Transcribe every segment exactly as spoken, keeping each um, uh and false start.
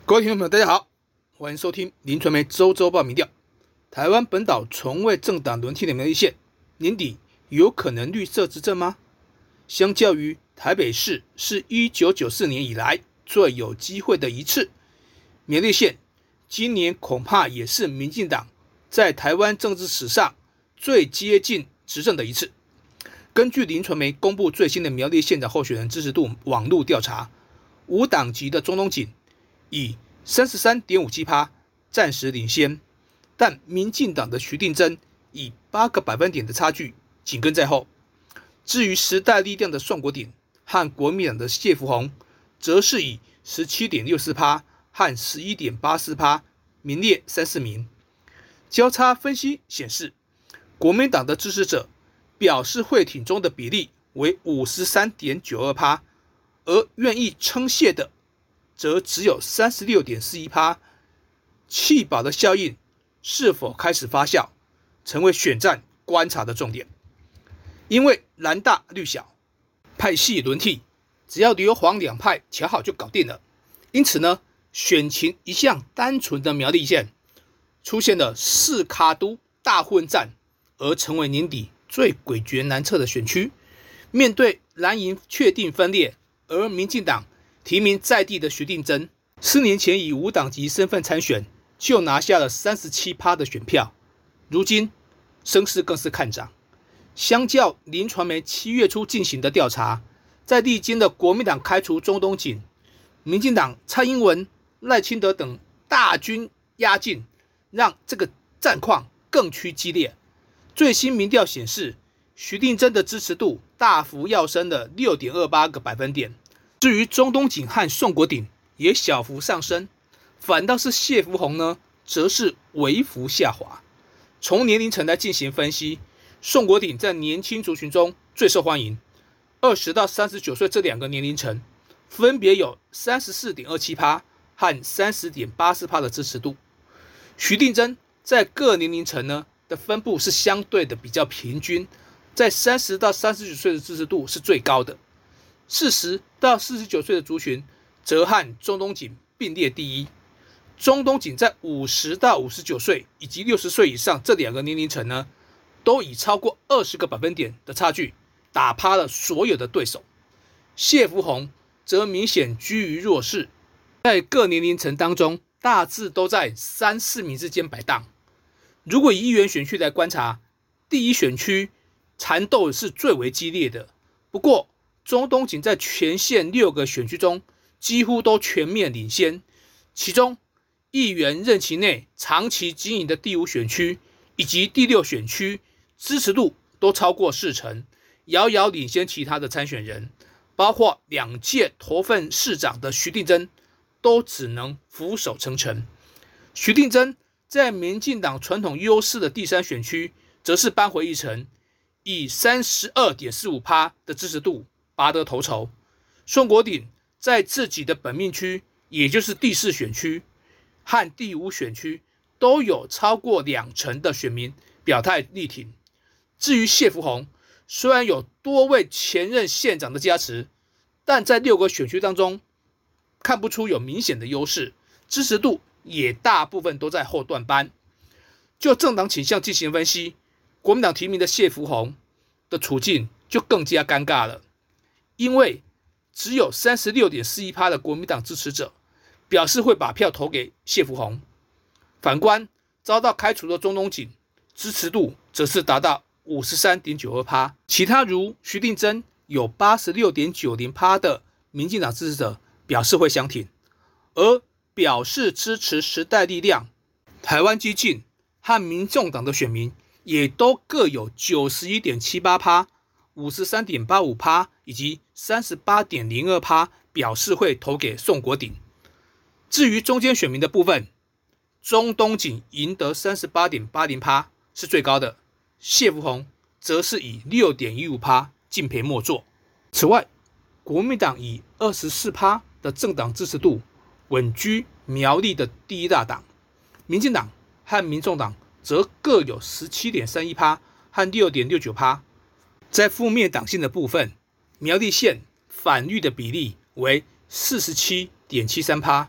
各位听众朋友，大家好，欢迎收听林传媒周周报民调。台湾本岛从未政党轮替的苗栗县，年底有可能绿色执政吗？相较于台北市是一九九四年以来最有机会的一次，苗栗县今年恐怕也是民进党在台湾政治史上最接近执政的一次。根据林传媒公布最新的苗栗县长候选人支持度网络调查，无党籍的中东锦以 百分之三十三点五七 暂时领先，但民进党的徐定珍以八个百分点的差距紧跟在后。至于时代力量的宋国鼎和国民党的谢福弘，则是以 百分之十七点六四 和 百分之十一点八四 名列三四名。交叉分析显示，国民党的支持者表示会挺中的比例为 百分之五十三点九二， 而愿意称谢的则只有 百分之三十六点四一。 弃保的效应是否开始发酵，成为选战观察的重点。因为蓝大绿小，派系轮替，只要硫黄两派调好就搞定了。因此呢，选情一向单纯的苗栗县出现了四卡都大混战，而成为年底最诡谲难测的选区。面对蓝营确定分裂，而民进党提名在地的徐定珍，四年前以无党籍身份参选，就拿下了 百分之三十七 的选票，如今声势更是看涨。相较林传媒七月初进行的调查，在历经了国民党开除中东锦、民进党蔡英文、赖清德等大军压境，让这个战况更趋激烈。最新民调显示，徐定珍的支持度大幅跃升了 六点二八 个百分点。至于中东锦和宋国鼎也小幅上升，反倒是谢福弘呢，则是微幅下滑。从年龄层来进行分析，宋国鼎在年轻族群中最受欢迎，二十到三十九岁这两个年龄层分别有 百分之三十四点二七 和 百分之三十点八四 的支持度。徐定珍在各年龄层呢的分布是相对的比较平均，在三十到三十九岁的支持度是最高的，四十到四十九岁的族群则和中东锦并列第一。中东锦在五十到五十九岁以及六十岁以上这两个年龄层呢，都以超过二十个百分点的差距打趴了所有的对手。谢福弘则明显居于弱势，在各年龄层当中大致都在三四名之间摆荡。如果以议员选区来观察，第一选区缠斗是最为激烈的，不过中东锦在全县六个选区中几乎都全面领先，其中议员任期内长期经营的第五选区以及第六选区支持度都超过四成，遥遥领先其他的参选人，包括两届头份市长的徐定珍都只能俯首称臣。徐定珍在民进党传统优势的第三选区则是扳回一城，以 百分之三十二点四五 的支持度拔得头筹。宋国鼎在自己的本命区，也就是第四选区和第五选区都有超过两成的选民表态力挺。至于谢福弘，虽然有多位前任县长的加持，但在六个选区当中看不出有明显的优势，支持度也大部分都在后段班。就政党倾向进行分析，国民党提名的谢福弘的处境就更加尴尬了，因为只有 百分之三十六点四一 的国民党支持者表示会把票投给谢福弘。反观遭到开除的中东锦，支持度则是达到 百分之五十三点九二。 其他如徐定珍有 百分之八十六点九零 的民进党支持者表示会相挺，而表示支持时代力量、台湾基进和民众党的选民也都各有 百分之九十一点七八、百分之五十三点八五 以及 百分之三十八点零二 表示会投给宋国鼎。至于中间选民的部分，中东锦赢得 百分之三十八点八零 是最高的，谢福弘则是以 百分之六点一五 敬陪末座。此外，国民党以 百分之二十四 的政党支持度稳居苗栗的第一大党，民进党和民众党则各有 百分之十七点三一 和 百分之六点六九。 在负面党性的部分，苗栗县反绿的比例为 百分之四十七点七三，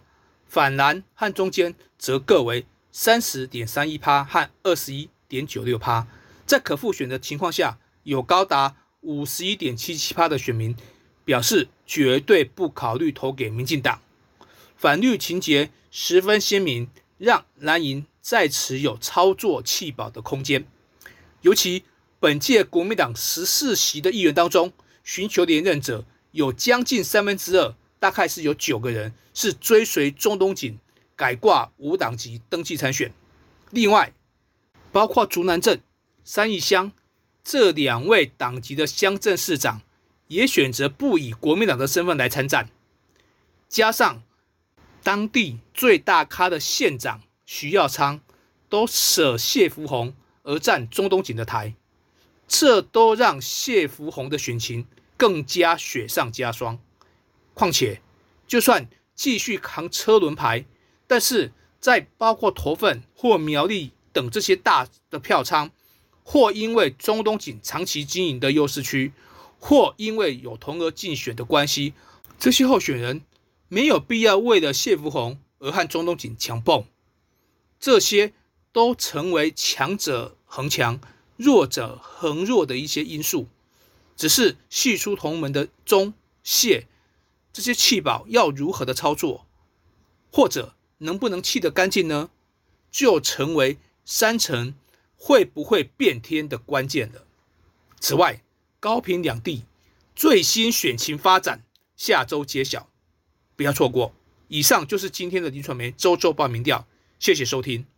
反蓝和中间则各为 百分之三十点三一 和 百分之二十一点九六， 在可复选的情况下，有高达 百分之五十一点七七 的选民表示绝对不考虑投给民进党。反绿情节十分鲜明，让蓝营再持有操作弃保的空间。尤其本届国民党十四席的议员当中，寻求连任者有将近三分之二，大概是有九个人是追随中东锦改挂无党籍登记参选。另外，包括竹南镇、三义乡这两位党籍的乡镇市长，也选择不以国民党的身份来参战。加上当地最大咖的县长徐耀昌都舍谢福弘而站中东锦的台，这都让谢福弘的选情更加雪上加霜。况且，就算继续扛车轮牌，但是在包括头份或苗栗等这些大的票仓，或因为中东锦长期经营的优势区，或因为有同额竞选的关系，这些候选人没有必要为了谢福弘而和中东锦强蹦，这些都成为强者恒强、弱者恒弱的一些因素。只是系出同门的中谢这些弃保要如何的操作，或者能不能弃得干净呢，就成为山城会不会变天的关键了。此外，高屏两地最新选情发展下周揭晓，不要错过。以上就是今天的林传媒周周报民调，谢谢收听。